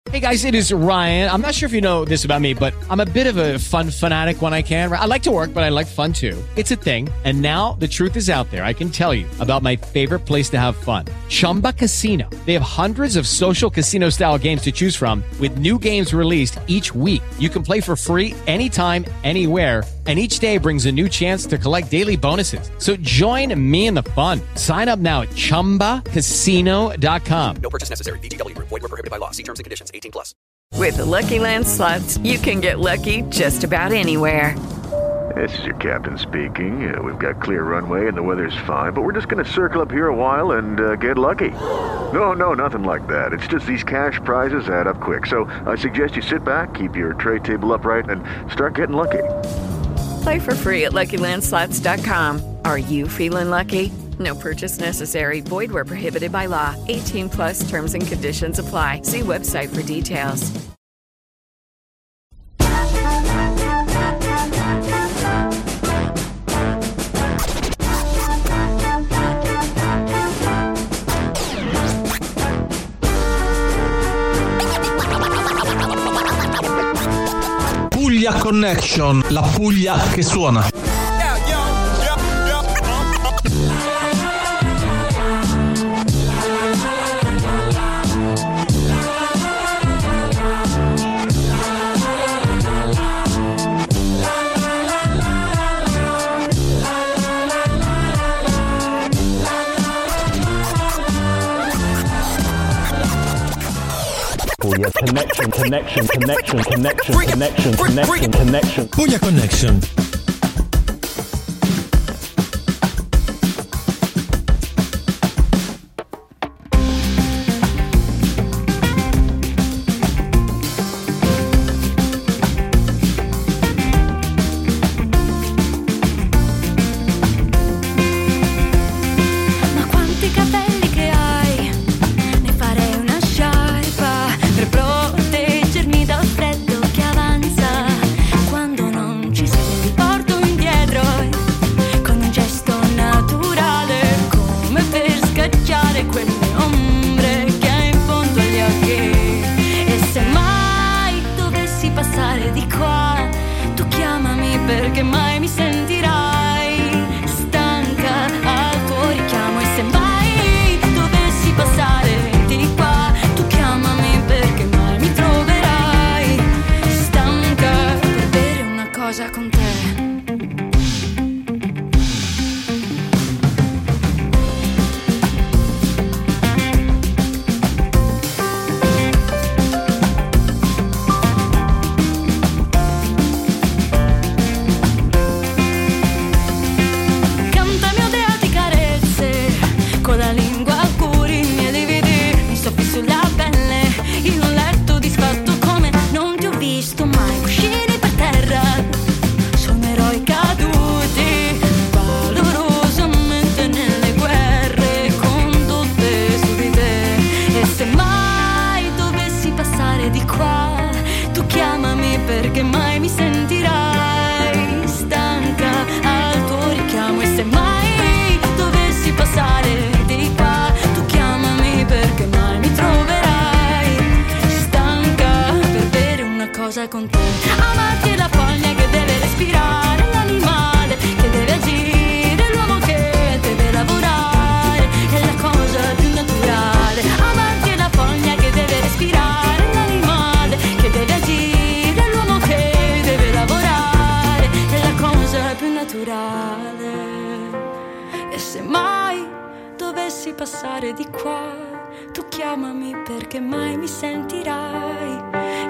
Hey guys, it is Ryan. I'm not sure if you know this about me, but I'm a bit of a fun fanatic when I can. I like to work, but I like fun too. It's a thing. And now the truth is out there. I can tell you about my favorite place to have fun. Chumba Casino. They have hundreds of social casino style games to choose from with new games released each week. You can play for free anytime, anywhere. And each day brings a new chance to collect daily bonuses. So join me in the fun. Sign up now at ChumbaCasino.com. No purchase necessary. VGW. Void were prohibited by law. See terms and conditions. 18+. With the Lucky Land Slots, you can get lucky just about anywhere. This is your captain speaking. We've got clear runway and the weather's fine, but we're just going to circle up here a while and get lucky. No, nothing like that. It's just these cash prizes add up quick. So I suggest you sit back, keep your tray table upright, and start getting lucky. Play for free at LuckyLandSlots.com. Are you feeling lucky? No purchase necessary. Void where prohibited by law. 18+ terms and conditions apply. See website for details. Puglia Connection, la Puglia che suona. Puglia Connection. Puglia Connection. Con te, amarti la foglia che deve respirare, l'animale che deve agire, l'uomo che deve lavorare, è la cosa più naturale. Amarti la foglia che deve respirare, l'animale che deve agire, l'uomo che deve lavorare, è la cosa più naturale. E se mai dovessi passare di qua, tu chiamami perché mai mi sentirai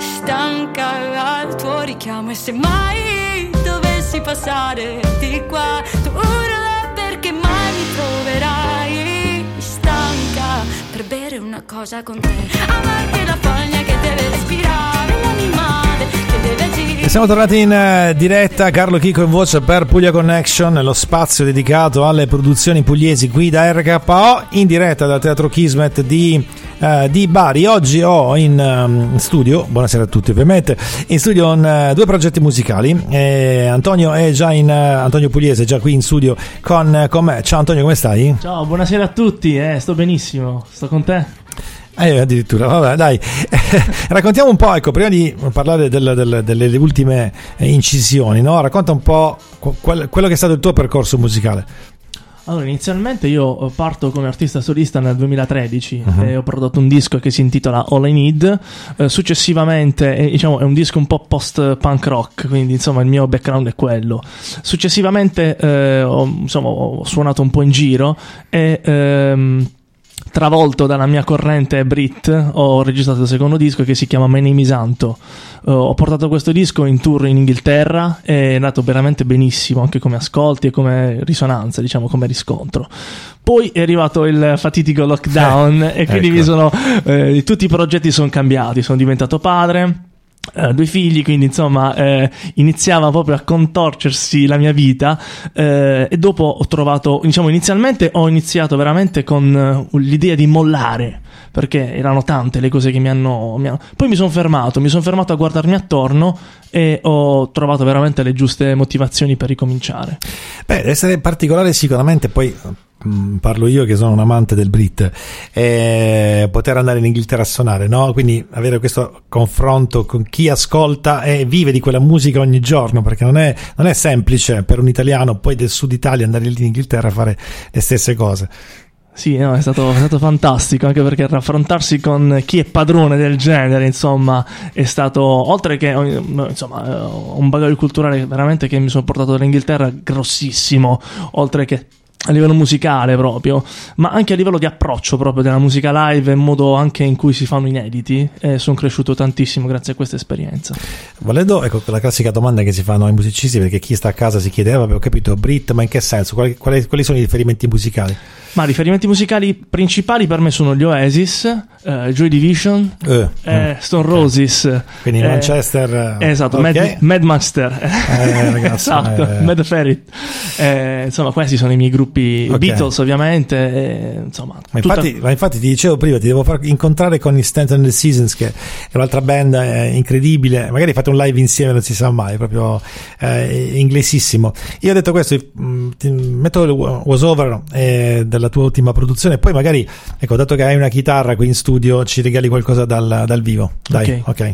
stanca al tuo richiamo. E se mai dovessi passare di qua, tu urla perché mai mi troverai stanca per bere una cosa con te. Amarti la foglia che deve respirare, l'animale che deve agire. E siamo tornati in diretta, Carlo Chico in voce per Puglia Connection, lo spazio dedicato alle produzioni pugliesi qui da RKO, in diretta dal Teatro Kismet di Bari. Oggi ho in studio, buonasera a tutti ovviamente, in studio due progetti musicali. Antonio è già Antonio Pugliese è già qui in studio con me. Ciao Antonio, come stai? Ciao, buonasera a tutti, sto benissimo, sto con te. Addirittura, vabbè, dai. Raccontiamo un po', ecco, prima di parlare delle ultime incisioni, no? Racconta un po' quello che è stato il tuo percorso musicale. Allora, inizialmente io parto come artista solista nel 2013 e ho prodotto un disco che si intitola All I Need. Successivamente, diciamo, è un disco un po' post-punk rock, quindi insomma il mio background è quello. Successivamente ho suonato un po' in giro e travolto dalla mia corrente Brit ho registrato il secondo disco che si chiama My Name is Anto. Ho portato questo disco in tour in Inghilterra e è andato veramente benissimo anche come ascolti e come risonanza, diciamo, come riscontro. Poi è arrivato il fatidico lockdown e quindi tutti i progetti sono cambiati. Sono diventato padre, 2 figli, quindi insomma iniziava proprio a contorcersi la mia vita e dopo ho trovato, diciamo, inizialmente ho iniziato veramente con l'idea di mollare, perché erano tante le cose che mi hanno... Poi mi sono fermato a guardarmi attorno e ho trovato veramente le giuste motivazioni per ricominciare. Beh, deve essere particolare sicuramente, poi parlo io che sono un amante del Brit, poter andare in Inghilterra a suonare, no? Quindi avere questo confronto con chi ascolta e vive di quella musica ogni giorno, perché non è semplice per un italiano poi del sud Italia andare lì in Inghilterra a fare le stesse cose. Sì, no, è stato fantastico, anche perché raffrontarsi con chi è padrone del genere, insomma, è stato, oltre che insomma un bagaglio culturale veramente che mi sono portato dall'Inghilterra grossissimo, oltre che a livello musicale proprio, ma anche a livello di approccio proprio della musica live e modo anche in cui si fanno inediti, e sono cresciuto tantissimo grazie a questa esperienza. Volendo, ecco, la classica domanda che si fanno ai musicisti, perché chi sta a casa si chiede, vabbè, ho capito, Brit, ma in che senso? Quali sono i riferimenti musicali? Ma riferimenti musicali principali per me sono gli Oasis, Joy Division, Stone Roses, quindi Manchester, esatto, okay. Mad Master, ragazzi, esatto, Mad Ferret, insomma questi sono i miei gruppi, okay. Beatles ovviamente, insomma. Ma infatti ti dicevo prima, ti devo far incontrare con gli Stanton and the Seasons, che è un'altra band incredibile, magari fate un live insieme, non si sa mai, proprio inglesissimo. Io ho detto questo, ti metto il Was Over della tua ultima produzione, e poi magari, ecco, dato che hai una chitarra qui in studio, ci regali qualcosa dal vivo, dai, ok.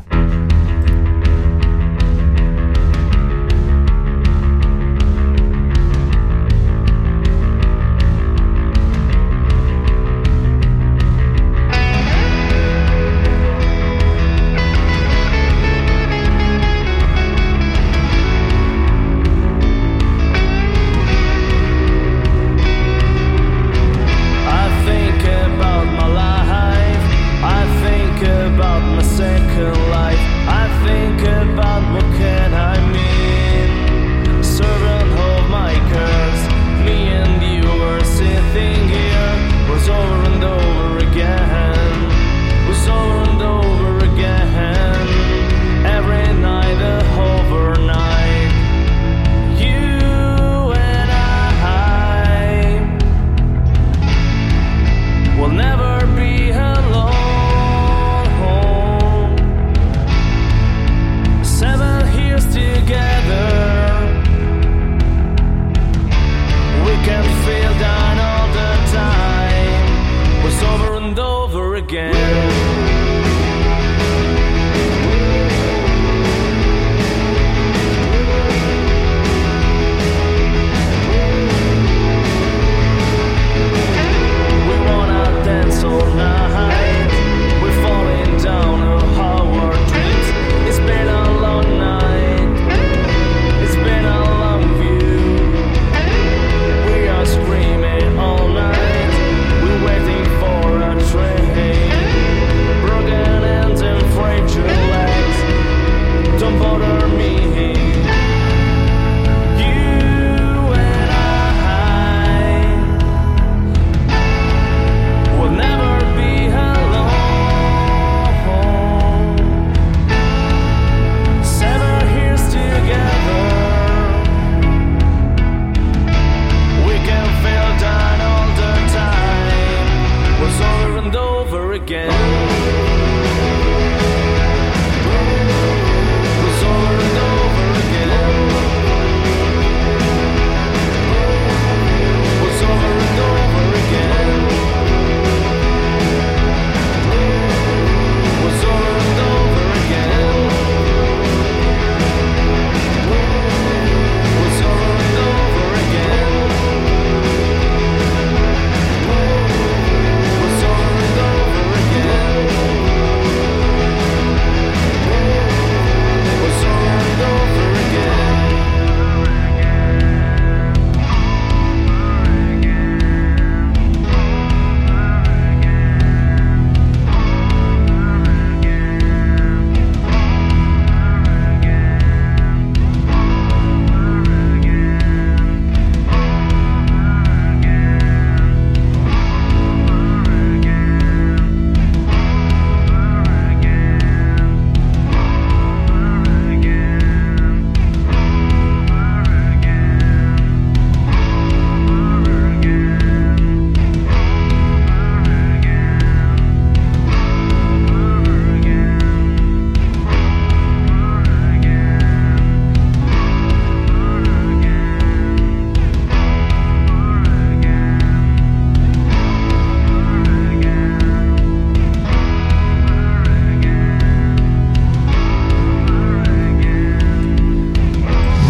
About my second life.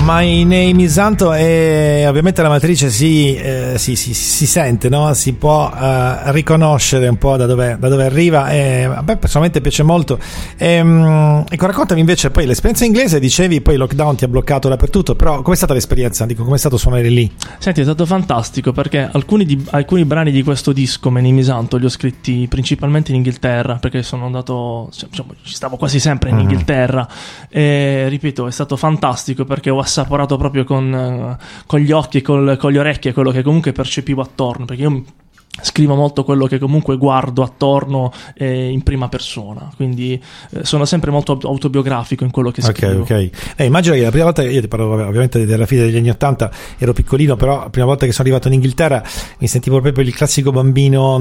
My Name is Santo, e ovviamente la matrice si sente, no? Si può riconoscere un po' da dove arriva, e a me personalmente piace molto. Ecco, raccontami invece poi l'esperienza inglese. Dicevi poi il lockdown ti ha bloccato dappertutto, però com'è stata l'esperienza? Dico, com'è stato suonare lì? Senti, è stato fantastico, perché alcuni brani di questo disco, My Name is Santo, li ho scritti principalmente in Inghilterra, perché sono andato, diciamo, ci stavo quasi sempre in Inghilterra, e ripeto, è stato fantastico perché ho assaporato proprio con gli occhi e con le orecchie quello che comunque percepivo attorno, perché io scrivo molto quello che comunque guardo attorno in prima persona, quindi sono sempre molto autobiografico in quello che scrivo. Ok. Immagino che la prima volta, io ti parlo ovviamente della fine degli anni 80, ero piccolino, però la prima volta che sono arrivato in Inghilterra mi sentivo proprio il classico bambino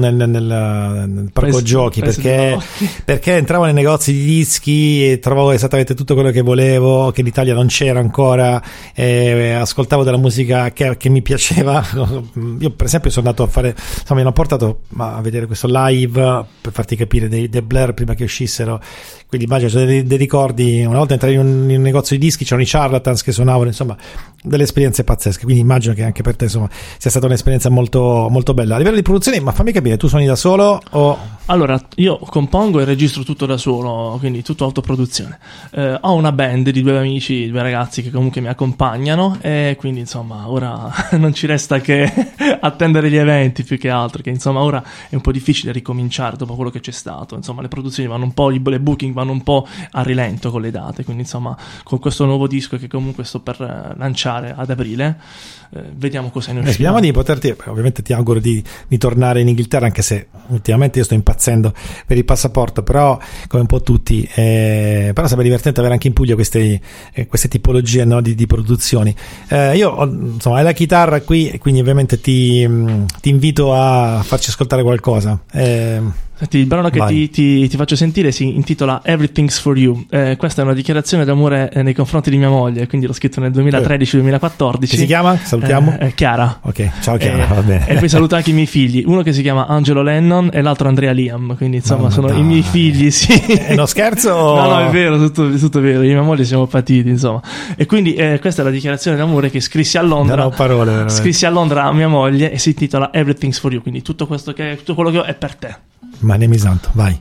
nel parco giochi, perché entravo nei negozi di dischi e trovavo esattamente tutto quello che volevo, che in Italia non c'era ancora, ascoltavo della musica che mi piaceva. Io per esempio sono andato a fare, insomma, mi hanno portato a vedere questo live per farti capire dei Blair prima che uscissero, quindi immagino dei ricordi. Una volta entrai in un negozio di dischi, c'erano i Charlatans che suonavano, insomma delle esperienze pazzesche, quindi immagino che anche per te, insomma, sia stata un'esperienza molto, molto bella. A livello di produzione, ma fammi capire, tu suoni da solo o... Allora, io compongo e registro tutto da solo, quindi tutto autoproduzione. Ho una band di 2 amici, 2 ragazzi che comunque mi accompagnano, e quindi insomma ora non ci resta che attendere gli eventi più che altro, che insomma ora è un po' difficile ricominciare dopo quello che c'è stato. Insomma, le produzioni vanno un po', le booking vanno un po' a rilento con le date, quindi insomma con questo nuovo disco che comunque sto per lanciare ad aprile, vediamo cosa ne uscirà. Speriamo di poterti, ovviamente ti auguro di tornare in Inghilterra, anche se ultimamente io sto impazzendo per il passaporto, però come un po' tutti, però sarebbe divertente avere anche in Puglia queste tipologie, no, di produzioni. Io insomma hai la chitarra qui, e quindi ovviamente ti invito a farci ascoltare qualcosa. Senti, il brano che ti faccio sentire si intitola Everything's for You. Questa è una dichiarazione d'amore nei confronti di mia moglie, quindi l'ho scritto nel 2013-2014. Che si chiama? Salutiamo. Chiara. Ok, ciao Chiara, va bene. E poi saluto anche i miei figli, uno che si chiama Angelo Lennon e l'altro Andrea Liam, quindi insomma sono i miei figli, sì. È uno scherzo? No, è vero, tutto vero. Io e mia moglie siamo patiti, insomma. E quindi questa è la dichiarazione d'amore che scrissi a Londra. Non ho parole, veramente. Scrissi a Londra a mia moglie e si intitola Everything's for You, quindi tutto quello che ho è per te. My Name is Santo, vai.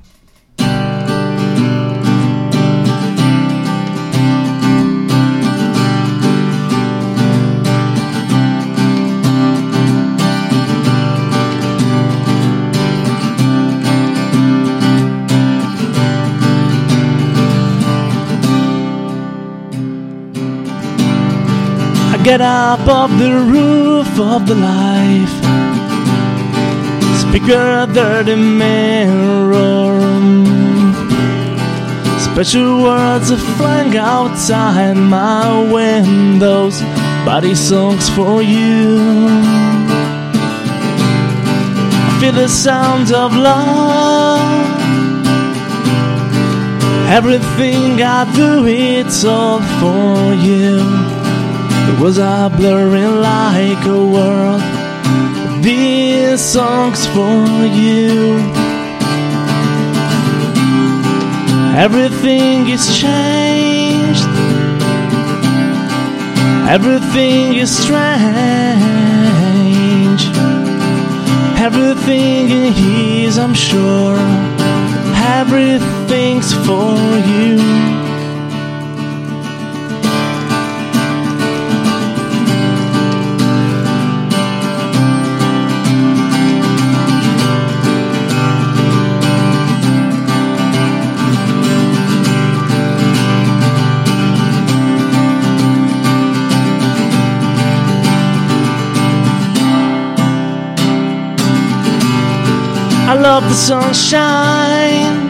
I get up off the roof of the life, bigger than the mirror. Special words are flying outside my windows, body songs for you. I feel the sound of love. Everything I do, it's all for you. The words are blurring like a world. These songs for you. Everything is changed. Everything is strange. Everything is, I'm sure. Everything's for you. I love the sunshine.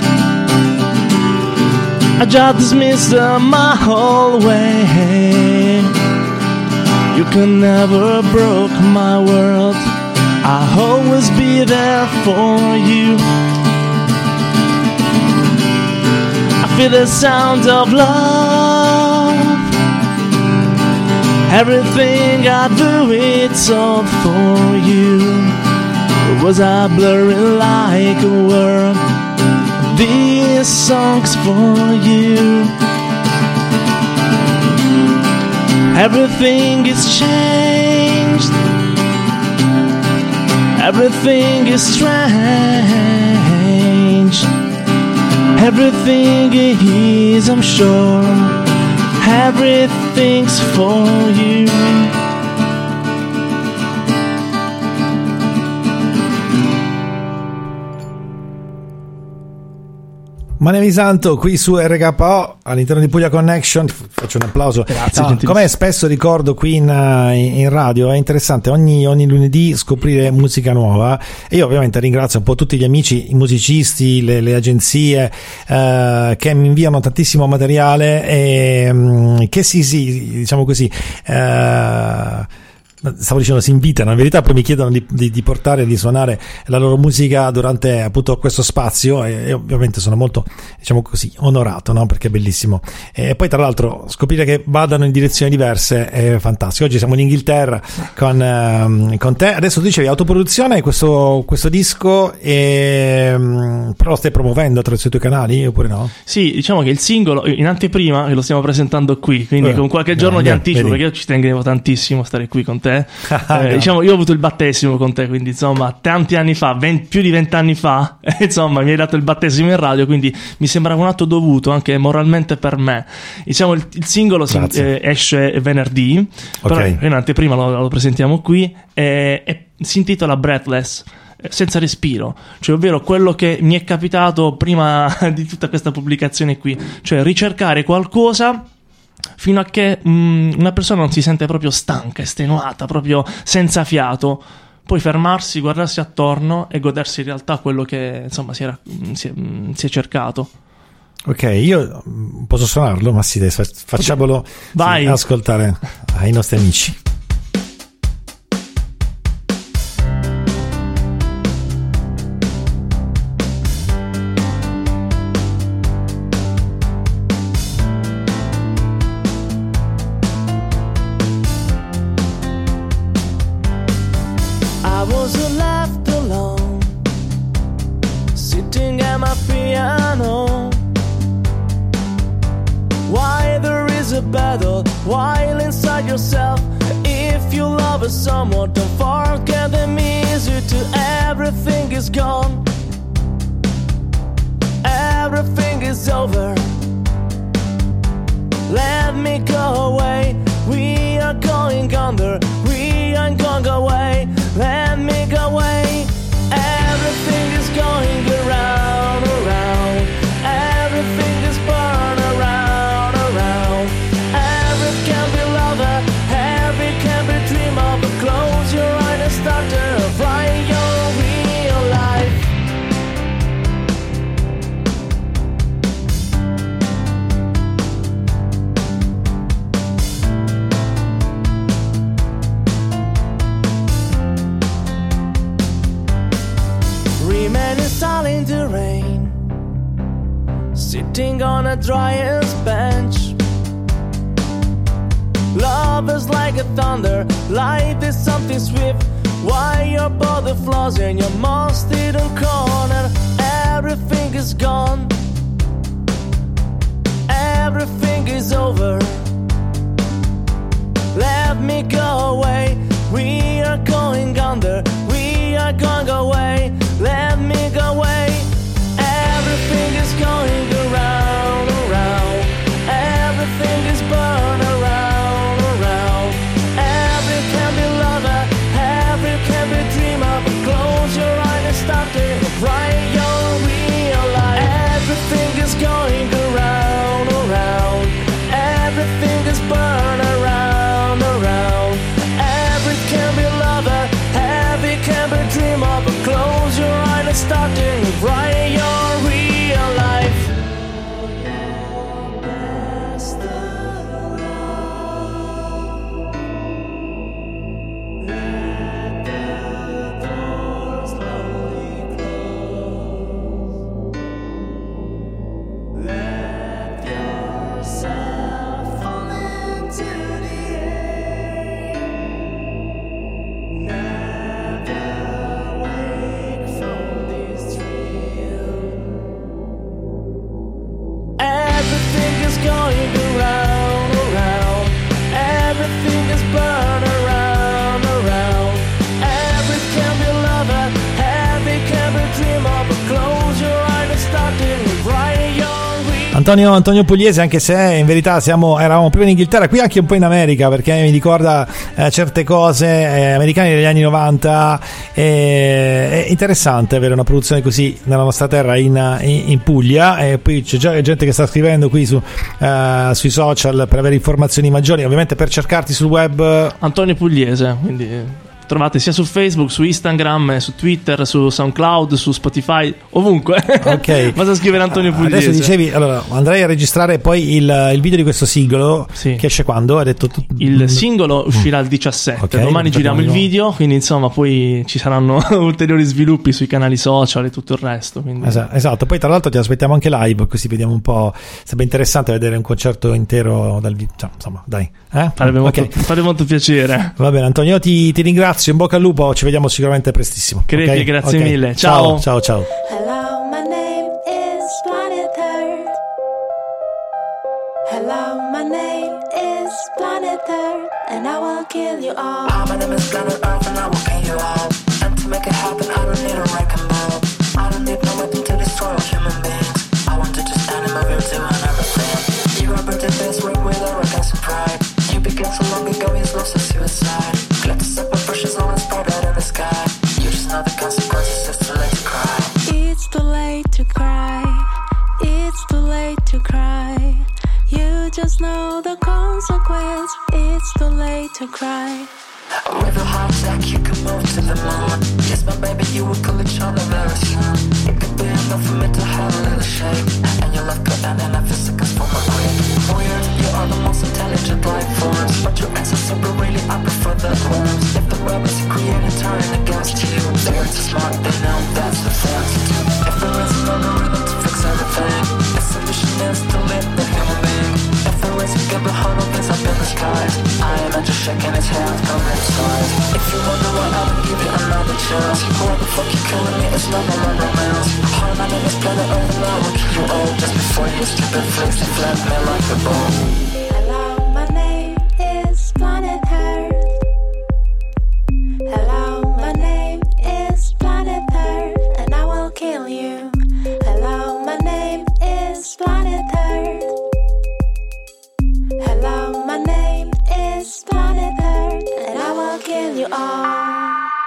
I just dismissed my whole way. You can never broke my world. I'll always be there for you. I feel the sound of love. Everything I do, it's all for you. Was I blurring like a world? These songs for you. Everything is changed. Everything is strange. Everything is, I'm sure, everything's for you. Manevi Santo qui su RKO all'interno di Puglia Connection. Faccio un applauso. Grazie. Come spesso ricordo qui in radio, è interessante ogni lunedì scoprire musica nuova, e io ovviamente ringrazio un po' tutti gli amici, i musicisti, le agenzie che mi inviano tantissimo materiale e che diciamo così, stavo dicendo si invitano, in verità poi mi chiedono di portare, di suonare la loro musica durante appunto questo spazio, e ovviamente sono molto, diciamo così, onorato, no? Perché è bellissimo. E poi tra l'altro scoprire che vadano in direzioni diverse è fantastico. Oggi siamo in Inghilterra con te. Adesso tu dicevi autoproduzione, questo disco, però lo stai promuovendo attraverso i tuoi canali oppure no? Sì, diciamo che il singolo in anteprima che lo stiamo presentando qui, quindi con qualche giorno di anticipo, perché io ci tengo tantissimo a stare qui con te. Diciamo, io ho avuto il battesimo con te, quindi insomma tanti anni fa, più di 20 anni fa, insomma mi hai dato il battesimo in radio, quindi mi sembrava un atto dovuto anche moralmente per me. Diciamo il singolo esce venerdì, però in anteprima lo presentiamo qui, e si intitola Breathless, senza respiro, cioè ovvero quello che mi è capitato prima di tutta questa pubblicazione qui, cioè ricercare qualcosa fino a che una persona non si sente proprio stanca, estenuata, proprio senza fiato, poi fermarsi, guardarsi attorno e godersi in realtà quello che insomma si è cercato. Ok, io posso suonarlo? Ma sì, facciamolo. Vai. Ascoltare ai nostri amici. I was left alone, sitting at my piano. Why there is a battle while inside yourself? If you love someone, don't forget the music to everything is gone. Everything is over. Let me go away. We are going under. We aren't going away. Let me go away. Everything is going around, around. Everything is burned around, around. Every can be lover, every can be dream of. But close your eyes and start to write your real life. Remaining silent in the rain, sitting on a driest bench. Love is like a thunder, life is something swift. Why your body flows in your most hidden corner? Everything is gone. Everything is over. Let me go away. We are going under. We are going away. Let me go away. Everything is going around, around. Everything is burned around, around. Every can be lover, every can be dreamer. But close your eyes and start to write your real life. Everything is going around, around. Antonio Pugliese, anche se in verità eravamo prima in Inghilterra, qui anche un po' in America, perché mi ricorda certe cose americane degli anni 90. È interessante avere una produzione così nella nostra terra, in Puglia. E poi c'è già gente che sta scrivendo qui sui social per avere informazioni maggiori, ovviamente per cercarti sul web. Antonio Pugliese, quindi trovate sia su Facebook, su Instagram, su Twitter, su SoundCloud, su Spotify, ovunque. Ok. Basta scrivere Antonio Pugliese. Adesso dicevi, allora andrei a registrare poi il video di questo singolo, sì, che esce quando? Hai detto il singolo uscirà il 17. Okay, domani giriamo il video, quindi insomma poi ci saranno ulteriori sviluppi sui canali social e tutto il resto. Quindi... Esatto, poi tra l'altro ti aspettiamo anche live, così vediamo un po'. Sarebbe interessante vedere un concerto intero dal vivo. Cioè, insomma, dai. Farebbe molto piacere. Va bene, Antonio, io ti ringrazio, in bocca al lupo, ci vediamo sicuramente prestissimo. Crepi, grazie mille. Ciao. Ciao. Hello, my name is Planet Earth. Hello, my name is Planet Earth, and I will kill you all. My name is Planet Earth, and I will kill you all. And to make it happen, I don't need a wrecking ball. I don't need no weapon to destroy all human beings. I want to just stand in my rear too and everything. You are birthed in this world with arrogance and pride. You began so long ago, he's lost to suicide. Glad to set my brushes on and spread out in the sky. You just know the consequences, it's too late to cry. It's too late to cry. It's too late to cry. You just know the consequence. It's too late to cry. With a heart attack, you can move to the moon. Yes, my baby, you will call each other very soon. It could be enough for me to have a little shake. And your love could end in a few seconds for my quick. Weird, you are the most intelligent life forms. But your ex is super really, I prefer the worms. If the web is created, turn against you. They're too smart, they know that's the thing to do. If there is an algorithm to fix everything, the solution is to live the human being. If there is a given huddle, there's up in the skies. I imagine shaking his hand, covering his eyes. If you wonder why I would give you another chance, why the fuck you killing me? It's not my romance. Hi, my name is Planet Earth, and I will kill you all just before you stupid flicks and flap me like a ball. Hello, my name is Planet Earth. Hello, my name is Planet Earth, and I will kill you. Hello, my name is Planet Earth. Hello, my name is Planet Earth, and I will kill you all.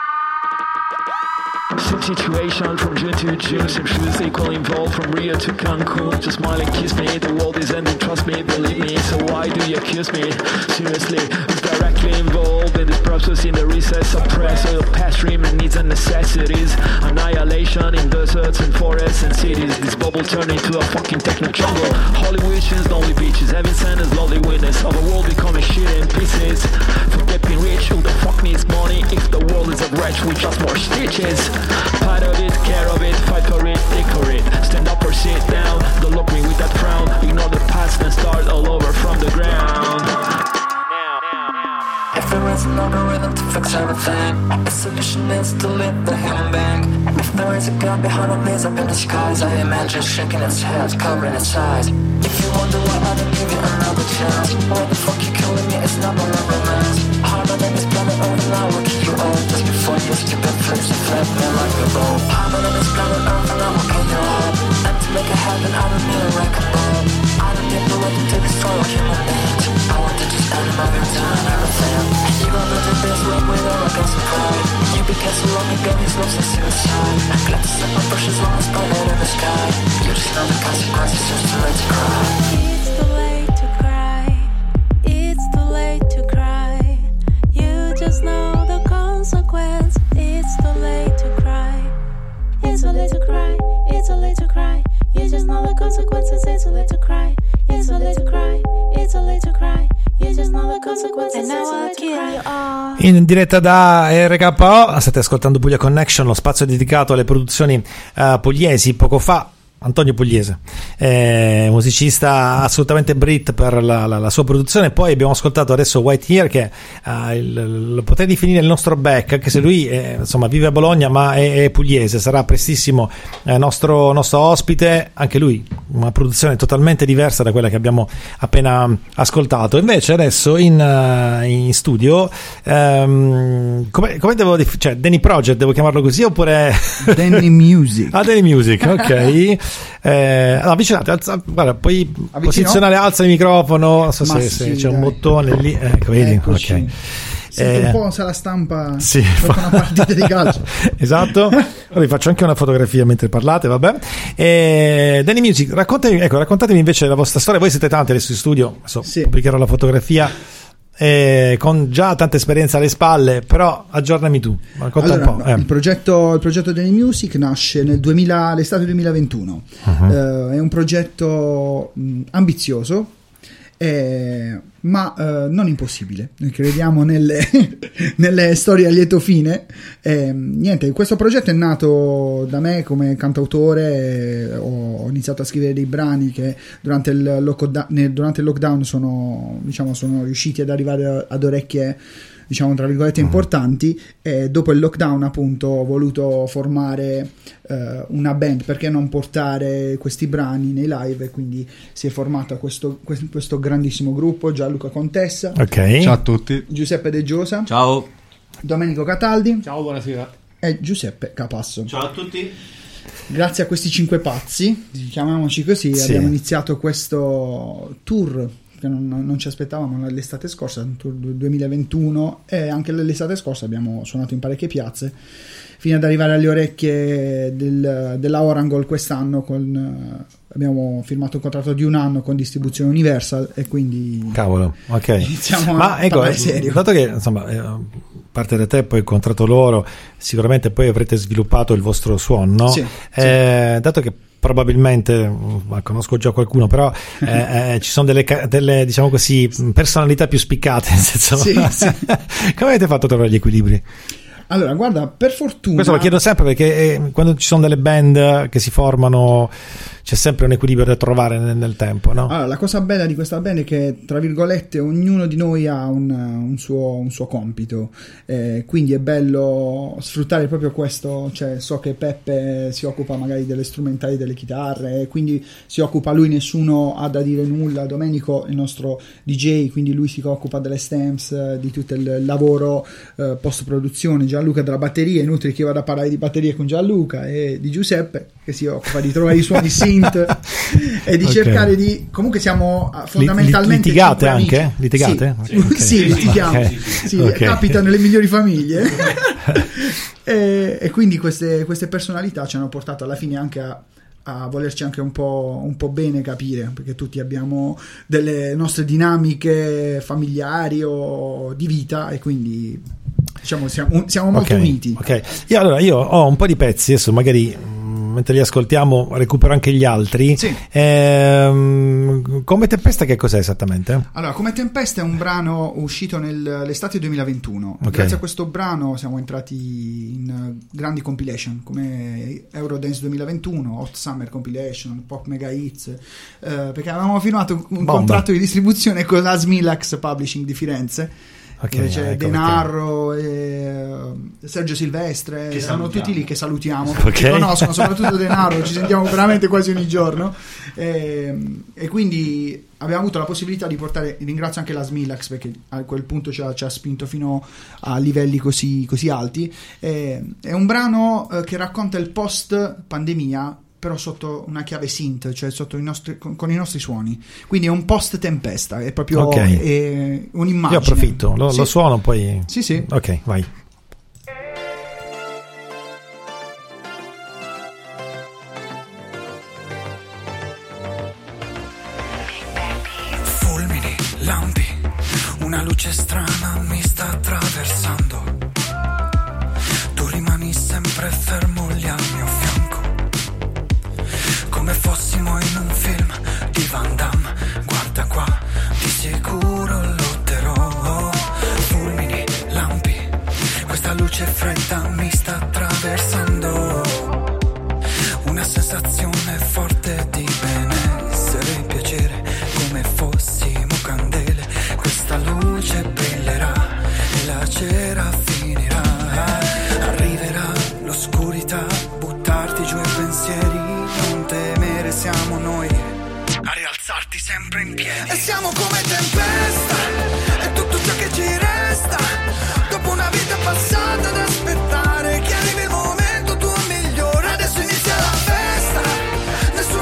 Same situation from June to June. Same shoes equally involved from Rio to Cancun. Just smile and kiss me. The world is ending, trust me, believe me. So why do you accuse me? Seriously, who's directly involved in this process? In the recess of press, oil past dream and needs and necessities. Annihilation in deserts and forests and cities. This bubble turned into a fucking techno jungle. Holy wishes, lonely beaches. Heaven sent as lovely witness of a world becoming shit in pieces. Forget being rich, who the fuck needs money? If the world is a wretch with just more stitches. Part of it, care of it, fight for it, think for it. Stand up or sit down, don't look me with that frown. Ignore the past and start all over from the ground. If there is an algorithm to fix everything, the solution is to live the human being. If there is a god behind all these up in the skies, I imagine shaking its head, covering its eyes. If you wonder why I don't give you another chance, why the fuck you killing me? It's not my romance. Hi, my name is Planet Earth, and I will kill you all just before you stupid flips and flap me like a ball. Hi, my name is Planet Earth, and I will kill you all. And to make it happen, I don't need a wrecking ball. I don't need no weapon to destroy all human beings. I want to just end my real time, everything. You are living this world with arrogance and pride. You began so long ago, he's lost to suicide. Glad to set my brushes on and spread out in the sky. You just know the consequences, just too late to cry. It's too late to cry. It's too late to cry. You just know the consequence. It's too late to cry. It's too late to cry. It's too late to cry. You just know the consequences. It's too late to cry. It's too late to cry. It's too late to cry. You just know the consequences. And now I'll kill you all. In diretta da RKO, state ascoltando Puglia Connection, lo spazio dedicato alle produzioni pugliesi. Poco fa Antonio Pugliese, musicista assolutamente Brit per la sua produzione. Poi abbiamo ascoltato adesso White Ear, che lo potrei definire il nostro Beck, anche se lui insomma vive a Bologna ma è pugliese. Sarà prestissimo nostro ospite, anche lui una produzione totalmente diversa da quella che abbiamo appena ascoltato. Invece adesso in studio come devo cioè Danny Project, devo chiamarlo così oppure Danny Music? Danny Music, ok. Allora, avvicinate, guarda, puoi posizionare, alza il microfono, non so se c'è un bottone lì, ecco, vedi? Eccoci. Ok. Sento un po' se la stampa sì, per una partita di calcio. Esatto. Allora, vi faccio anche una fotografia mentre parlate, vabbè. Danny Music, raccontatemi invece la vostra storia. Voi siete tanti adesso in studio, pubblicherò la fotografia con già tanta esperienza alle spalle, però aggiornami tu, racconta un po'. Il progetto Danny Music nasce l'estate 2021. È un progetto ambizioso, ma non impossibile. Noi crediamo nelle storie a lieto fine. Niente, questo progetto è nato da me come cantautore. Ho iniziato a scrivere dei brani che durante il lockdown sono riusciti ad arrivare ad orecchie, diciamo tra virgolette, importanti, e dopo il lockdown appunto ho voluto formare una band, perché non portare questi brani nei live, e quindi si è formato questo grandissimo gruppo. Gianluca Contessa, ciao a tutti, Giuseppe De Giosa, ciao, Domenico Cataldi, ciao, buonasera, e Giuseppe Capasso, ciao a tutti. Grazie a questi 5 pazzi, chiamiamoci così, abbiamo iniziato questo tour che non ci aspettavamo l'estate scorsa, un tour 2021, e anche l'estate scorsa abbiamo suonato in parecchie piazze fino ad arrivare alle orecchie della Orangle quest'anno. Abbiamo firmato un contratto di 1 anno con Distribuzione Universal, e quindi cavolo, ok, iniziamo a parlare serio. Dato che insomma parte da te, poi il contratto loro, sicuramente poi avrete sviluppato il vostro suono, no? Sì. Dato che probabilmente, ma conosco già qualcuno, però ci sono delle diciamo così personalità più spiccate, nel senso, come avete fatto a trovare gli equilibri? Allora, guarda, per fortuna, questo lo chiedo sempre, perché quando ci sono delle band che si formano c'è sempre un equilibrio da trovare nel tempo, no? Allora, la cosa bella di questa band è che, tra virgolette, ognuno di noi ha un suo compito, quindi è bello sfruttare proprio questo. Cioè, so che Peppe si occupa magari delle strumentali, delle chitarre, quindi si occupa lui, nessuno ha da dire nulla. Domenico, il nostro DJ, quindi lui si occupa delle stems, di tutto il lavoro post produzione. Gianluca della batteria, è inutile che io vada a parlare di batterie con Gianluca, e di Giuseppe che si occupa di trovare i suoni synth e di cercare di, comunque siamo fondamentalmente litigate anche? Litigate? Sì, litighiamo, capita nelle migliori famiglie. e quindi queste personalità ci hanno portato alla fine anche a volerci anche un po' bene capire, perché tutti abbiamo delle nostre dinamiche familiari o di vita, e quindi diciamo siamo molto uniti. Io ho un po' di pezzi, adesso magari mentre li ascoltiamo recupero anche gli altri. Come Tempesta che cos'è esattamente? Allora, Come Tempesta è un brano uscito nell'estate 2021. Grazie a questo brano siamo entrati in grandi compilation come Eurodance 2021, Hot Summer Compilation, Pop Mega Hits, perché avevamo firmato un contratto di distribuzione con la Smilax Publishing di Firenze, dove c'è Denaro e Sergio Silvestre, che sono tutti lì, che salutiamo, che conoscono, soprattutto Denaro, ci sentiamo veramente quasi ogni giorno, e quindi abbiamo avuto la possibilità di portare, ringrazio anche la Smilax perché a quel punto ci ha spinto fino a livelli così alti. È un brano che racconta il post pandemia, però sotto una chiave synth, cioè sotto con i nostri suoni, quindi è un post tempesta, è proprio è un'immagine. Io approfitto, lo suono poi. Sì. Ok, vai. Fulmini, lampi, una luce strana mi sta attraversando, tu rimani sempre fermo lì al mio fianco, come fossimo in un film di Van Damme. Guarda qua, di sicuro lotterò. Fulmini, lampi, questa luce fredda mi sta attraversando, una sensazione forte di benessere e piacere, come fossimo candele. Questa luce brillerà e la cera finirà, arriverà l'oscurità, buttarti giù i pensieri, non temere, siamo noi a rialzarti sempre in piedi. E siamo come tempesta, è tutto ciò che ci resta dopo una vita passata ad aspettare che arrivi il momento tuo migliore. Adesso inizia la festa,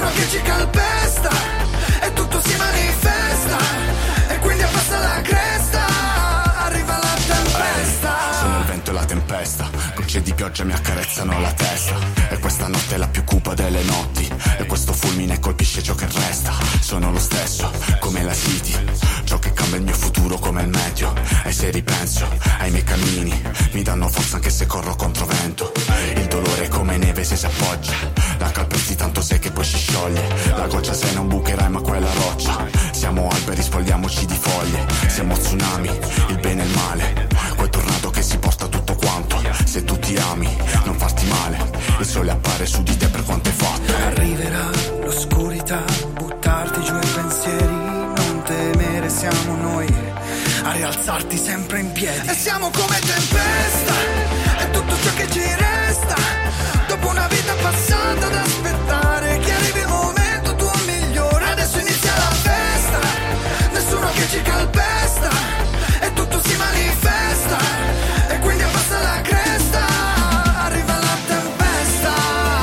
pioggia mi accarezzano la testa. E questa notte è la più cupa delle notti. E questo fulmine colpisce ciò che resta. Sono lo stesso, come la City. Ciò che cambia il mio futuro come il meteo. E se ripenso ai miei cammini, mi danno forza anche se corro contro vento. Il dolore è come neve se si appoggia. La calpesti tanto sai che poi si scioglie. La goccia se non bucherai ma quella roccia. Siamo alberi, spogliamoci di foglie. Siamo tsunami, il bene e il male. Quel tornado che si porta tutto quanto. Se tu ti ami, non farti male. Il sole appare su di te per quanto hai fatto. Arriverà l'oscurità, buttarti giù i pensieri. Non temere, siamo noi a rialzarti sempre in piedi. E siamo come tempesta, è tutto ciò che ci resta. Dopo una vita passata ad aspettare che arrivi il momento tuo migliore. Adesso inizia la festa, nessuno che ci calpesta. E tutto si manifesta, e quindi abbassa la cresta. Arriva la tempesta.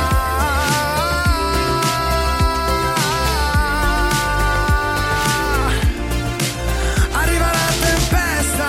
Arriva la tempesta.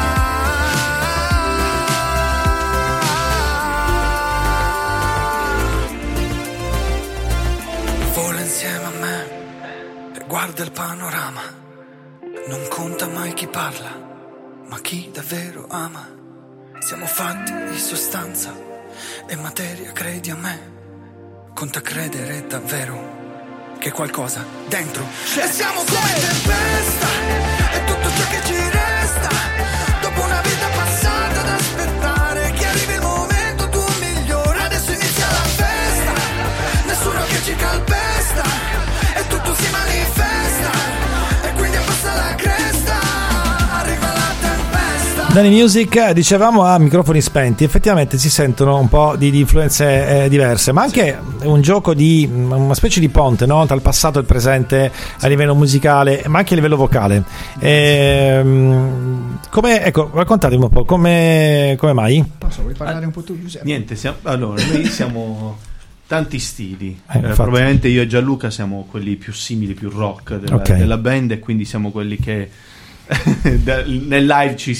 Vola insieme a me e guarda il panorama. Non conta mai chi parla, ma chi davvero ama. Siamo fatti di sostanza e materia, credi a me. Conta credere davvero che qualcosa dentro c'è. E siamo come tempesta, è tutto ciò che ci resta. Dopo una vita passata ad aspettare che arrivi il momento tuo migliore. Adesso inizia la festa, nessuno che ci calpesta. E tutto si manifesta, e quindi abbassa la cresta. Arriva la tempesta. Dani Music, dicevamo, a microfoni spenti. Effettivamente si sentono un po' di influenze diverse, ma anche un gioco di una specie di ponte, no? Tra il passato e il presente a livello musicale, ma anche a livello vocale. Come, ecco, raccontatemi un po' come mai? Vuoi parlare un po' tu, Giuseppe? Niente, allora noi siamo tanti stili. Probabilmente io e Gianluca siamo quelli più simili, più rock della band, e quindi siamo quelli che nel live ci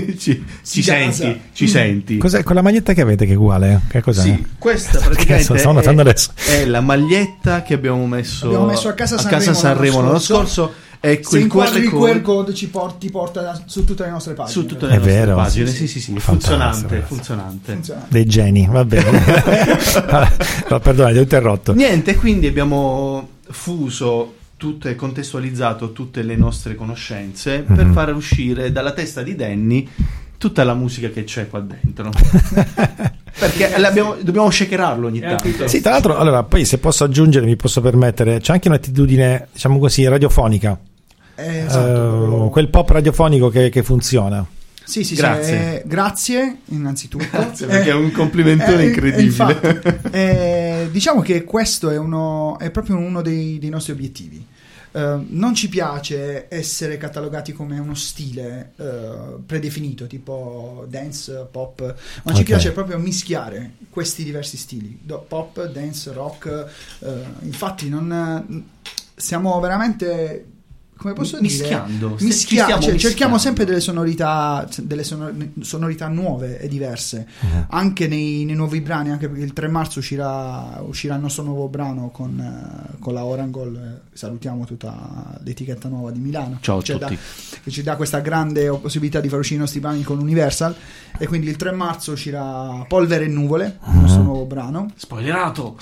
senti. Cos'è quella maglietta che avete che è uguale? Che cos'è? Sì, questa praticamente è la maglietta che abbiamo messo a casa Sanremo l'anno scorso. Ecco, se inquadri il QR code ti porta su tutte le nostre pagine. Su tutte le nostre pagine, sì. Funzionante. Dei geni, va bene. No, perdonate, ti ho interrotto. Niente, quindi abbiamo fuso e contestualizzato tutte le nostre conoscenze per far uscire dalla testa di Danny tutta la musica che c'è qua dentro. Perché dobbiamo shakerarlo ogni tanto. Sì, tra l'altro, allora, poi se posso aggiungere, mi posso permettere, c'è anche un'attitudine, diciamo così, radiofonica. Esatto, quel pop radiofonico che funziona. Sì, grazie. Grazie innanzitutto. Grazie, perché è un complimentone incredibile. Infatti, diciamo che questo è proprio uno dei nostri obiettivi. Non ci piace essere catalogati come uno stile predefinito, tipo dance, pop, ma ci piace proprio mischiare questi diversi stili, pop, dance, rock. Infatti siamo veramente, come posso mischiando, cerchiamo sempre delle sonorità nuove e diverse, anche nei nuovi brani, anche perché il 3 marzo uscirà il nostro nuovo brano con la Orangol. Salutiamo tutta l'etichetta nuova di Milano. Ciao a tutti. Che ci dà questa grande possibilità di far uscire i nostri brani con Universal, e quindi il 3 marzo uscirà Polvere e Nuvole, il nostro nuovo brano. Spoiler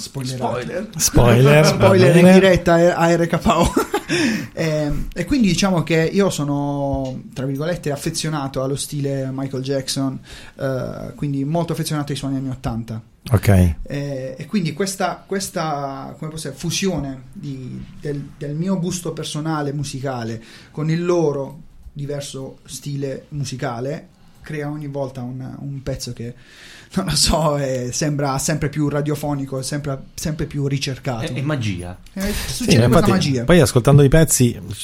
in diretta a RKO. E quindi diciamo che io sono, tra virgolette, affezionato allo stile Michael Jackson, quindi molto affezionato ai suoni anni 80. Ok. E quindi questa come posso dire, fusione del mio gusto personale musicale con il loro diverso stile musicale crea ogni volta un pezzo che, non lo so, sembra sempre più radiofonico, sempre più ricercato. È magia. Succede questa magia. Poi ascoltando i pezzi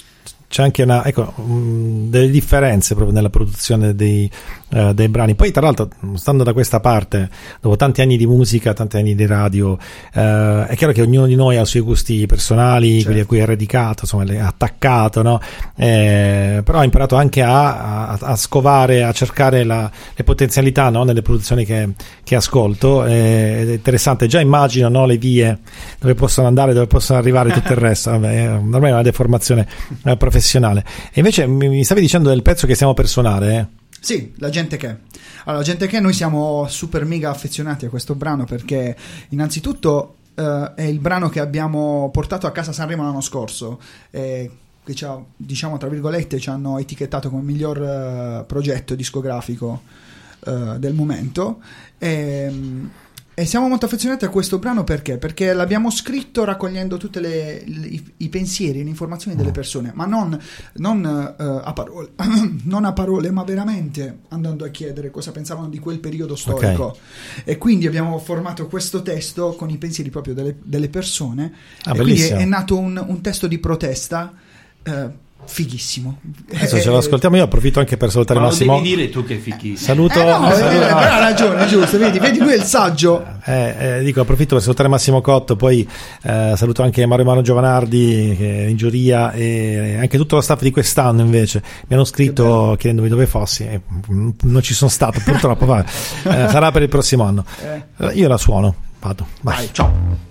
c'è anche delle differenze proprio nella produzione dei brani. Poi tra l'altro, stando da questa parte, dopo tanti anni di musica, tanti anni di radio, è chiaro che ognuno di noi ha i suoi gusti personali, certo, quelli a cui è radicato, insomma, è attaccato, no? Però ha imparato anche a scovare, a cercare le potenzialità, no? Nelle produzioni che ascolto. È interessante, già immagino, no? Le vie dove possono andare, dove possono arrivare, tutto il resto. Vabbè, ormai è una deformazione professionale. E invece mi stavi dicendo del pezzo che stiamo per suonare, Sì, La gente che. Allora, La gente che, noi siamo super mega affezionati a questo brano perché innanzitutto è il brano che abbiamo portato a casa Sanremo l'anno scorso, che ci ha, diciamo tra virgolette, ci hanno etichettato come miglior progetto discografico del momento. E siamo molto affezionati a questo brano perché l'abbiamo scritto raccogliendo tutte i pensieri e le informazioni delle persone, ma non a parole, non a parole, ma veramente andando a chiedere cosa pensavano di quel periodo storico. Okay. E quindi abbiamo formato questo testo con i pensieri proprio delle persone. E quindi è nato un testo di protesta fighissimo. Adesso ce lo ascoltiamo. Io approfitto anche per salutare Massimo. Devi dire tu che è fighissimo. Saluto. Però ha ragione, giusto. Vedi, lui è il saggio. Dico, approfitto per salutare Massimo Cotto, poi saluto anche Mario Mano Giovanardi che è in giuria, e anche tutto lo staff di quest'anno. Invece mi hanno scritto chiedendomi dove fossi, e non ci sono stato purtroppo. Sarà per il prossimo anno. Io la suono, vado. Vai, ciao.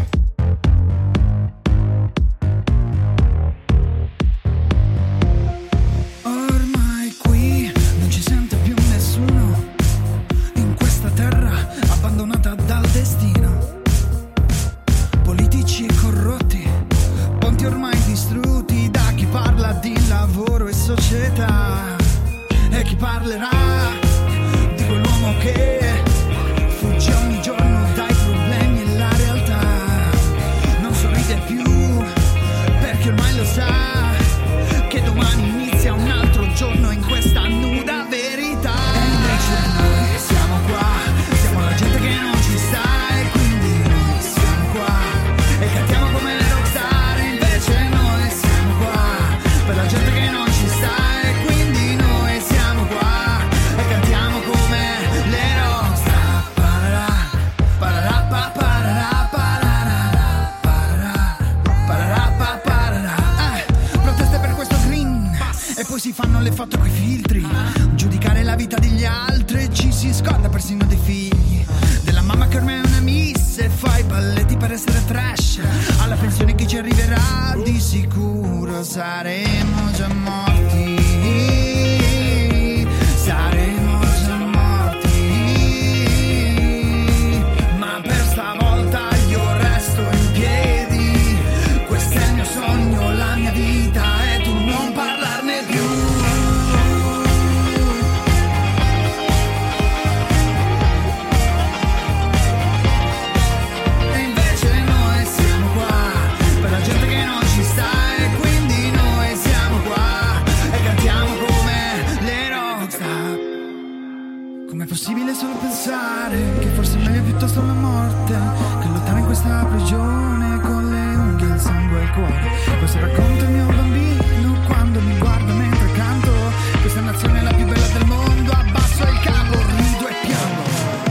E chi parlerà di quell'uomo che fugge ogni giorno dai problemi e la realtà non sorride più perché ormai lo sa che domani inizia un altro giorno in questa nuda verità. E invece noi siamo qua, siamo la gente che non ci sta, e quindi noi siamo qua e cantiamo come le rockstar. E invece noi siamo qua per la gente che non ci sta, si fanno le foto coi filtri, giudicare la vita degli altri, ci si scorda persino dei figli, della mamma che ormai è una miss e fa i balletti per essere trash, alla pensione che ci arriverà di sicuro saremo già morti, saremo già morti, ma per stavolta io resto in piedi, questo è il mio sogno, la mia vita, e tu non parlarne più. Possibile solo pensare che forse è meglio piuttosto la morte che lottare in questa prigione con le unghie, il sangue e il cuore. Questo racconta il mio bambino quando mi guarda mentre canto. Questa nazione è la più bella del mondo, abbasso il capo, rido e piango.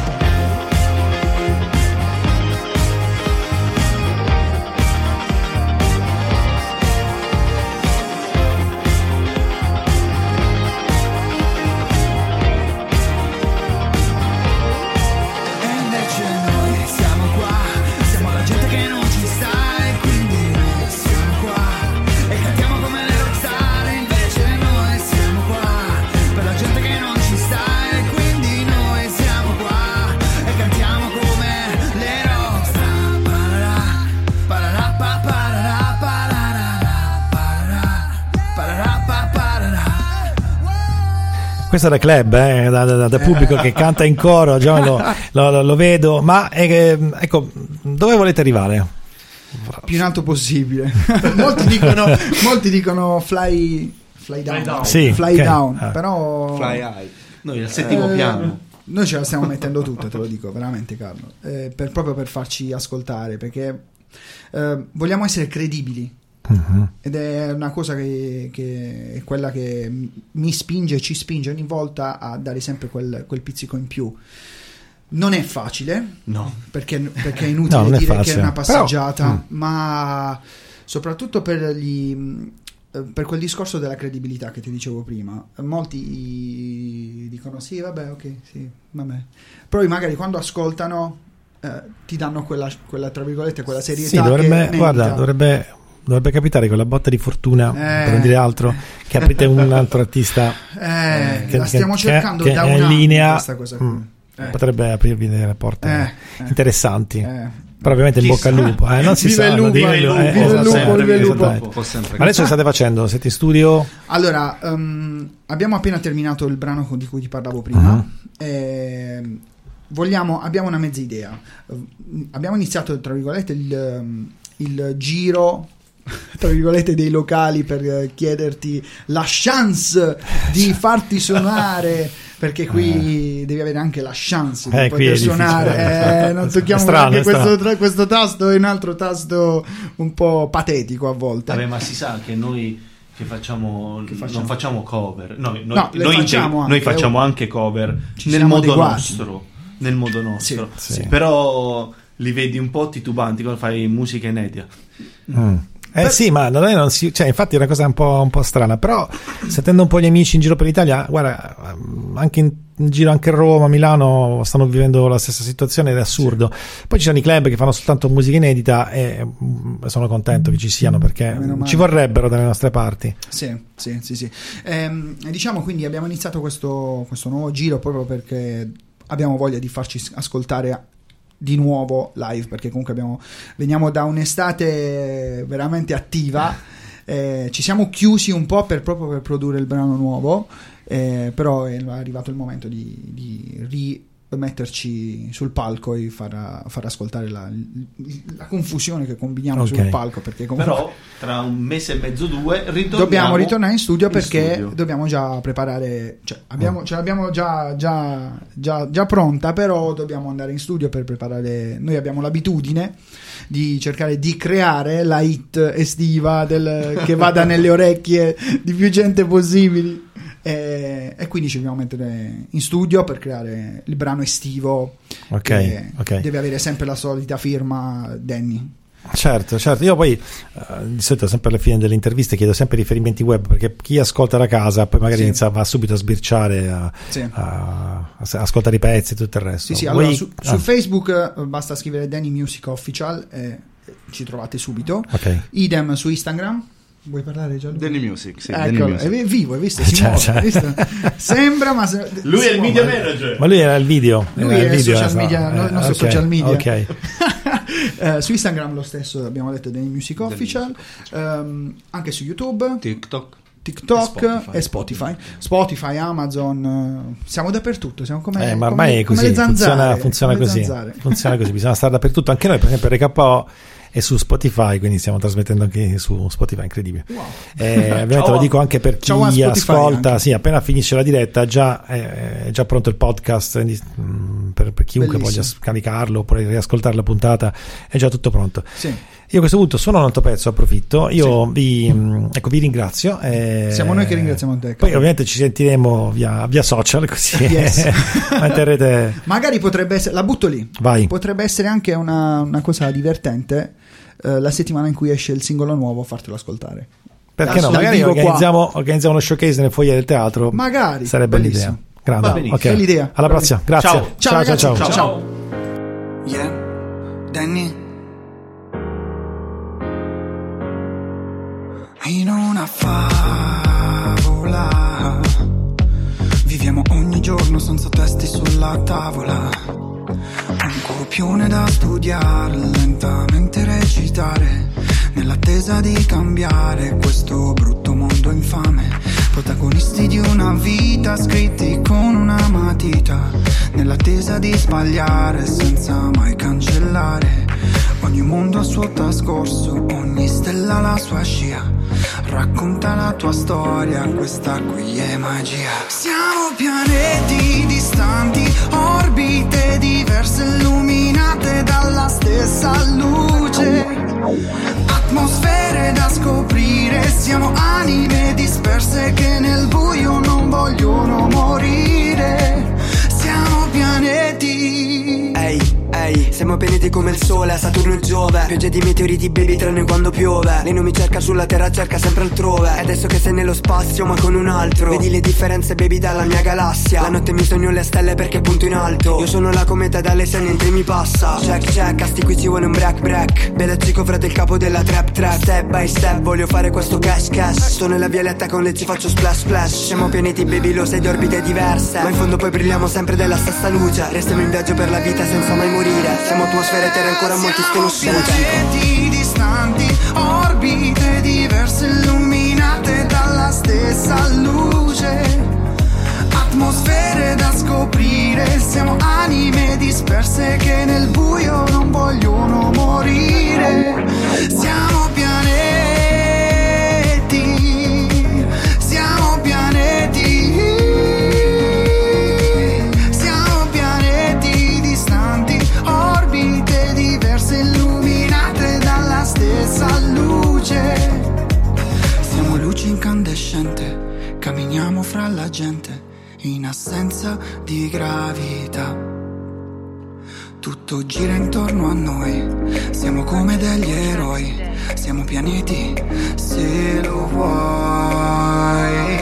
Questo è da club, da pubblico che canta in coro, già lo vedo. Ma ecco, dove volete arrivare? Più in alto possibile. molti dicono fly down. Sì, fly down. Però fly high. Noi al settimo piano. Noi ce la stiamo mettendo tutta, te lo dico veramente, Carlo, proprio per farci ascoltare, perché vogliamo essere credibili. ed è una cosa che è quella che mi spinge, ci spinge ogni volta a dare sempre quel pizzico in più. Non è facile, no, perché è inutile dire facile, che è una passeggiata, però, ma soprattutto per quel discorso della credibilità che ti dicevo prima. Molti dicono sì, vabbè, ok, sì, vabbè. Poi magari quando ascoltano ti danno quella tra virgolette, quella serietà. Sì, dovrebbe capitare quella botta di fortuna, per non dire altro, che aprite un altro artista la stiamo cercando che da è un in anno linea, questa cosa qui. potrebbe aprirvi delle porte interessanti. Però ovviamente in bocca al lupo, non si vive sa. Il lupo, vive il lupo. Ma adesso state facendo? Siete in studio? Allora, abbiamo appena terminato il brano di cui ti parlavo prima. Abbiamo una mezza idea. Abbiamo iniziato, tra virgolette, il giro, tra virgolette, dei locali per chiederti la chance di farti suonare, perché qui devi avere anche la chance di poter suonare. Non tocchiamo anche questo tasto, è un altro tasto un po' patetico a volte. Vabbè, ma si sa che noi non facciamo cover, noi facciamo anche cover nel modo nostro, sì. Però li vedi un po' titubanti quando fai musica inedita. Sì, ma da noi non si, cioè, infatti è una cosa un po' strana, però sentendo un po' gli amici in giro per l'Italia, guarda, anche in giro, anche a Roma, Milano stanno vivendo la stessa situazione ed è assurdo. Poi ci sono i club che fanno soltanto musica inedita e sono contento che ci siano, perché ci vorrebbero dalle nostre parti. Sì. Diciamo, quindi abbiamo iniziato questo nuovo giro proprio perché abbiamo voglia di farci ascoltare di nuovo live, perché comunque veniamo da un'estate veramente attiva, ci siamo chiusi un po' proprio per produrre il brano nuovo, però è arrivato il momento di rimetterci sul palco e far ascoltare la confusione che combiniamo sul palco, perché comunque però tra un mese e mezzo, 2 dobbiamo ritornare in studio, perché dobbiamo già preparare, cioè ce l'abbiamo già pronta, però dobbiamo andare in studio per preparare. Noi abbiamo l'abitudine di cercare di creare la hit estiva che vada nelle orecchie di più gente possibile, e quindi ci dobbiamo mettere in studio per creare il brano estivo, che deve avere sempre la solita firma Danny. Certo, io poi di solito sempre alla fine delle interviste chiedo sempre riferimenti web, perché chi ascolta da casa poi magari va subito a sbirciare, a ascoltare i pezzi e tutto il resto. Allora, su Facebook basta scrivere Danny Music Official e ci trovate subito. Idem su Instagram. Vuoi parlare, Gianluca? Danny Music, sì. Ecco, è vivo, hai visto? Si muove, hai visto? Sembra, ma lui è il media manager. Ma lui era il video. Lui è il social media, il nostro social media. Ok. Su Instagram lo stesso, abbiamo detto Danny Music Official, anche su YouTube, TikTok e Spotify, Amazon, siamo dappertutto, siamo come ma ormai è così, le zanzare, funziona così. Funziona così, bisogna stare dappertutto. Anche noi, per esempio, RKO è su Spotify, quindi stiamo trasmettendo anche su Spotify, incredibile. Wow. Ovviamente lo dico anche per chi ascolta, appena finisce la diretta è già pronto il podcast, per chiunque voglia scaricarlo oppure riascoltare la puntata, è già tutto pronto. Io a questo punto suono un altro pezzo, approfitto, vi ringrazio, siamo noi che ringraziamo te. Poi ovviamente ci sentiremo via social, così manterrete. Magari potrebbe essere, la butto lì, potrebbe essere anche una cosa divertente, la settimana in cui esce il singolo nuovo, fartelo ascoltare. Perché no? Magari organizziamo uno showcase nel foyer del teatro. Magari sarebbe l'idea. Grande. Okay. L'idea. Alla prossima. Grazie. Ciao. Yeah, Danny. In una favola viviamo ogni giorno senza testi sulla tavola, un copione da studiare, lentamente recitare, nell'attesa di cambiare questo brutto mondo infame. Protagonisti di una vita scritti con una matita, nell'attesa di sbagliare senza mai cancellare. Ogni mondo ha il suo trascorso, ogni stella ha la sua scia. Racconta la tua storia, questa qui è magia. Siamo pianeti distanti, orbite diverse illuminate dalla stessa luce. Atmosfere da scoprire, siamo anime disperse che nel buio non vogliono morire. Siamo pianeti. Ehi, siamo pianeti come il sole, Saturno e Giove. Pioggia di meteoriti, baby, tranne quando piove. Lei non mi cerca sulla terra, cerca sempre altrove. E adesso che sei nello spazio, ma con un altro. Vedi le differenze, baby, dalla mia galassia. La notte mi sogno le stelle perché punto in alto. Io sono la cometa dalle sei, niente mi passa. Check, check, a sti qui ci vuole un break. Bella chico, frate, il capo della trap. Step by step, voglio fare questo cash. Sto nella violetta con le ci faccio splash. Siamo pianeti, baby, lo sai, di orbite diverse. Ma in fondo poi brilliamo sempre della stessa luce. Restiamo in viaggio per la vita senza mai morire. Siamo atmosfere terra ancora molti sconosciuti. Pianeti distanti, orbite diverse, illuminate dalla stessa luce. Atmosfere da scoprire, siamo anime disperse che nel buio non vogliono morire. Siamo pianeti, siamo pianeti. Siamo pianeti distanti, orbite diverse, illuminate dalla stessa luce. Siamo luce incandescente, camminiamo fra la gente in assenza di gravità. Tutto gira intorno a noi, siamo come degli eroi, siamo pianeti se lo vuoi.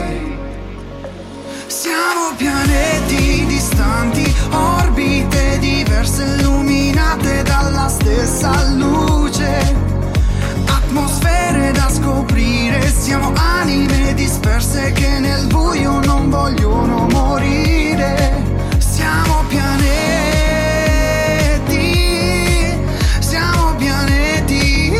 Siamo pianeti distanti, orbite diverse, illuminate dalla stessa luce. Atmosfere da scoprire, siamo anime disperse che nel buio non vogliono morire. Siamo pianeti, siamo pianeti.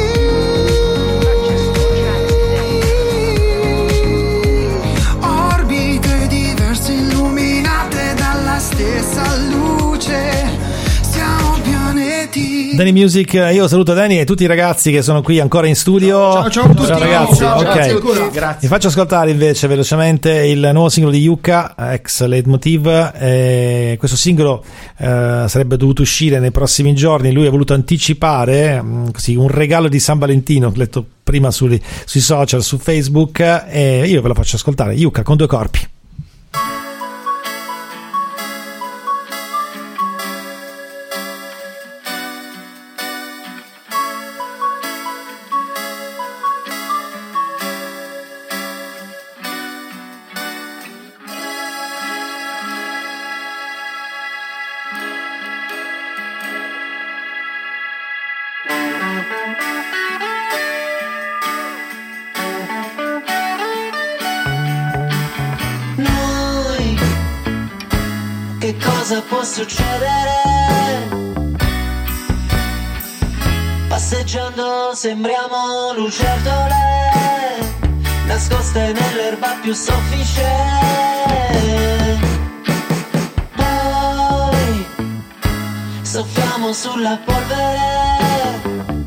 Orbite diverse, illuminate dalla stessa luce. Siamo pianeti. Danny Music, io saluto Danny e tutti i ragazzi che sono qui ancora in studio. Ciao a tutti. Ciao ragazzi, Ciao, ok. grazie. Vi faccio ascoltare invece velocemente il nuovo singolo di Yuka, ex Leitmotiv. Questo singolo sarebbe dovuto uscire nei prossimi giorni. Lui ha voluto anticipare così un regalo di San Valentino, ho letto prima sui social, su Facebook, e io ve lo faccio ascoltare. Yuka con Due corpi. Che cosa può succedere? Passeggiando sembriamo lucertole nascoste nell'erba più soffice. Poi soffiamo sulla polvere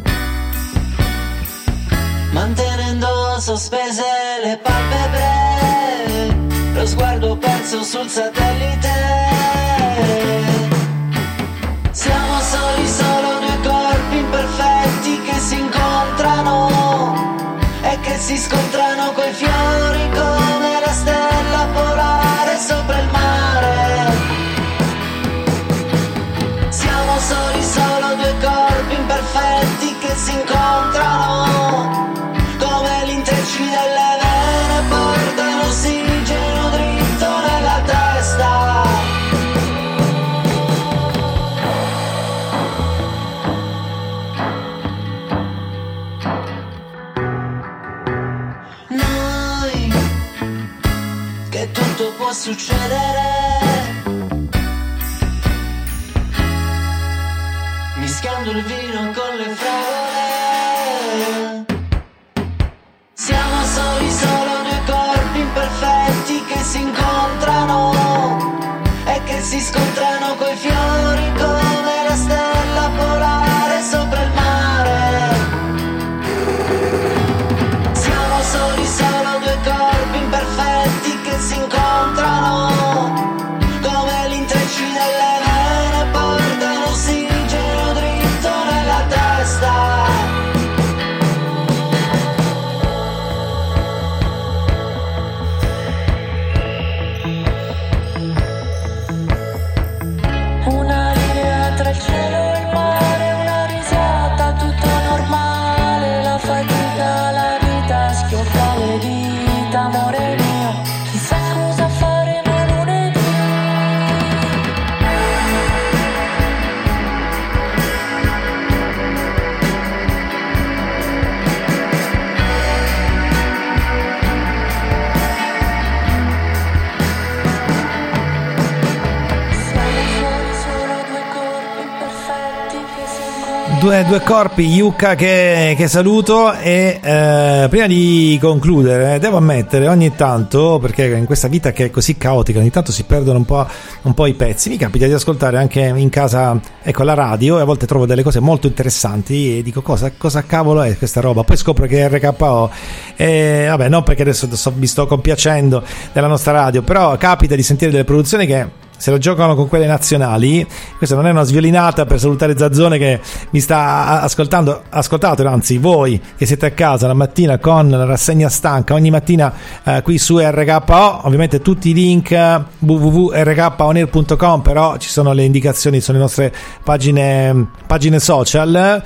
mantenendo sospese le palpebre, lo sguardo perso sul satellite. Siamo soli, solo due corpi imperfetti che si incontrano e che si scontrano coi fiori come la stella polare sopra il mare. Siamo soli, solo due corpi imperfetti che si incontrano come l'intrecci delle vene portano ossigeno dritto nella testa. Noi, che tutto può succedere, mischiando il vino con le fragole. Siamo soli, solo due corpi imperfetti che si incontrano e che si scontrano coi fiori come la stella polare sopra il mare. Siamo soli, solo due corpi imperfetti che si incontrano come l'intrecci delle vene portano ossigeno dritto nella terra. due corpi, Yucca che saluto e prima di concludere devo ammettere ogni tanto, perché in questa vita che è così caotica ogni tanto si perdono un po' i pezzi, mi capita di ascoltare anche in casa, ecco, la radio, e a volte trovo delle cose molto interessanti e dico cosa cavolo è questa roba, poi scopro che è RKO vabbè, non perché adesso mi sto compiacendo della nostra radio, però capita di sentire delle produzioni che se la giocano con quelle nazionali. Questa non è una sviolinata per salutare Zazzone che mi sta ascoltando, ascoltatelo, anzi voi che siete a casa la mattina con la rassegna stanca ogni mattina qui su RKO, ovviamente tutti i link www.rkonair.com, però ci sono le indicazioni sulle nostre pagine social,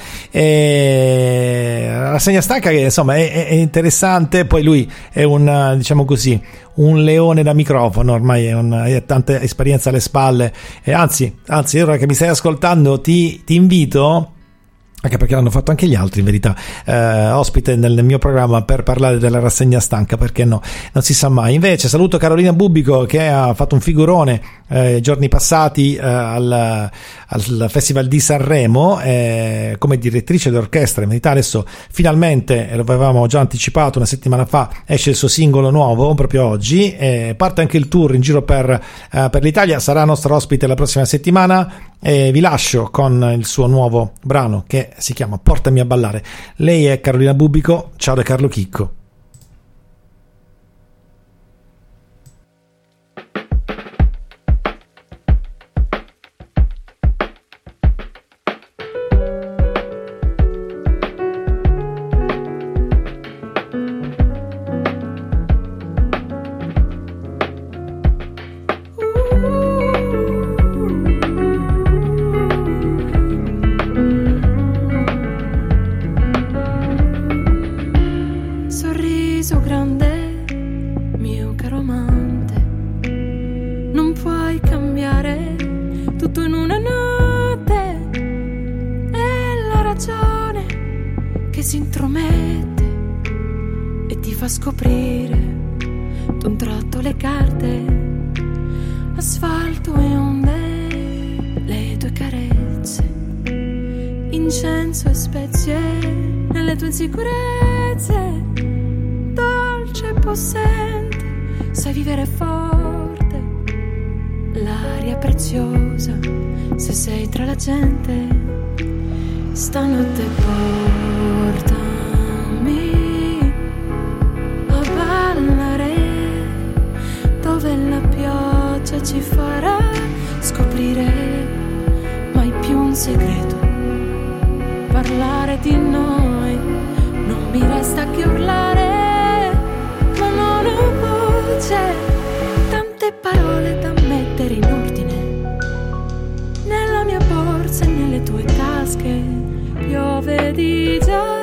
e la rassegna stanca che insomma è interessante, poi lui è un, diciamo così, un leone da microfono, ormai ha tanta esperienza alle spalle, e anzi ora che mi stai ascoltando ti invito, anche perché l'hanno fatto anche gli altri in verità, ospite nel mio programma per parlare della rassegna stanca, perché no, non si sa mai. Invece saluto Carolina Bubico che ha fatto un figurone giorni passati al Festival di Sanremo come direttrice d'orchestra. In verità adesso finalmente, lo avevamo già anticipato una settimana fa, esce il suo singolo nuovo proprio oggi, parte anche il tour in giro per l'Italia, sarà nostra ospite la prossima settimana, e vi lascio con il suo nuovo brano che si chiama Portami a ballare. Lei è Carolina Bubico, ciao da Carlo Chicco. Stanotte portami a ballare dove la pioggia ci farà scoprire mai più un segreto, parlare di noi, non mi resta che urlare, ma non ho voce, tante parole da mettere in ordine, nella mia borsa e nelle tue tasche. Piove di già.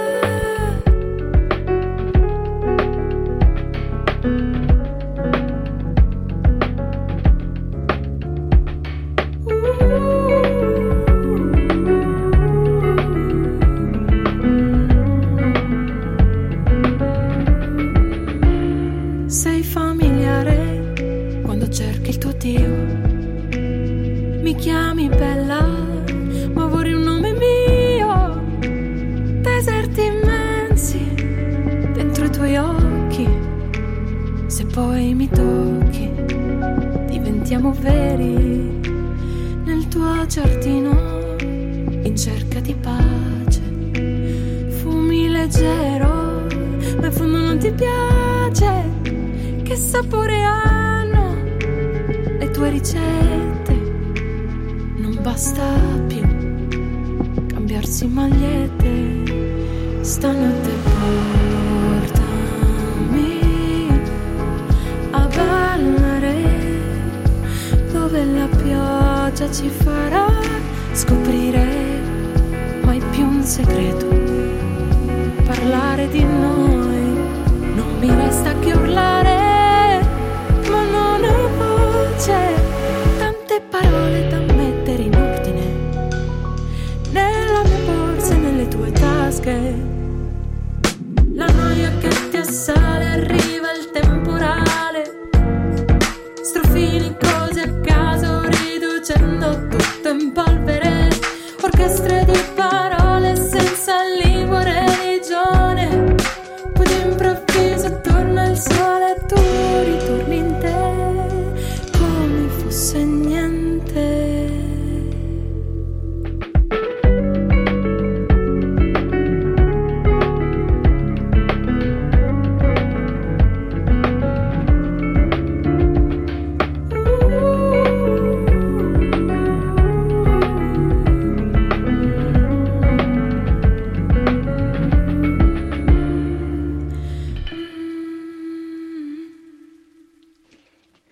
Sei familiare quando cerchi il tuo Dio. Mi chiami bella, ma vorrei un nome mio. Deserti immensi dentro i tuoi occhi, se poi mi tocchi diventiamo veri nel tuo giardino in cerca di pace. Fumi leggero, ma in fondo non ti piace. Che sapore hanno le tue ricette? Non basta più cambiarsi magliette. Stanotte portami a ballare dove la pioggia ci farà scoprire mai più un segreto, parlare di noi, non mi resta che urlare, ma non ho voce, tante parole da mettere in ordine, nella mia borsa e nelle tue tasche. La noia che ti assale, arriva il temporale, strofini cose a caso riducendo tutto in polvere, orchestre di parole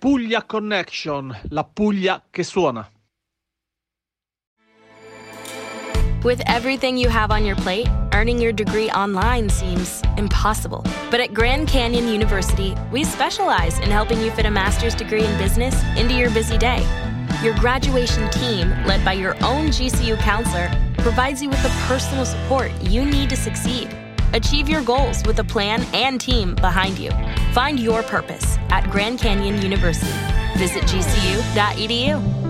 Puglia Connection, la Puglia che suona. With everything you have on your plate, earning your degree online seems impossible. But at Grand Canyon University, we specialize in helping you fit a master's degree in business into your busy day. Your graduation team, led by your own GCU counselor, provides you with the personal support you need to succeed. Achieve your goals with a plan and team behind you. Find your purpose at Grand Canyon University. Visit gcu.edu.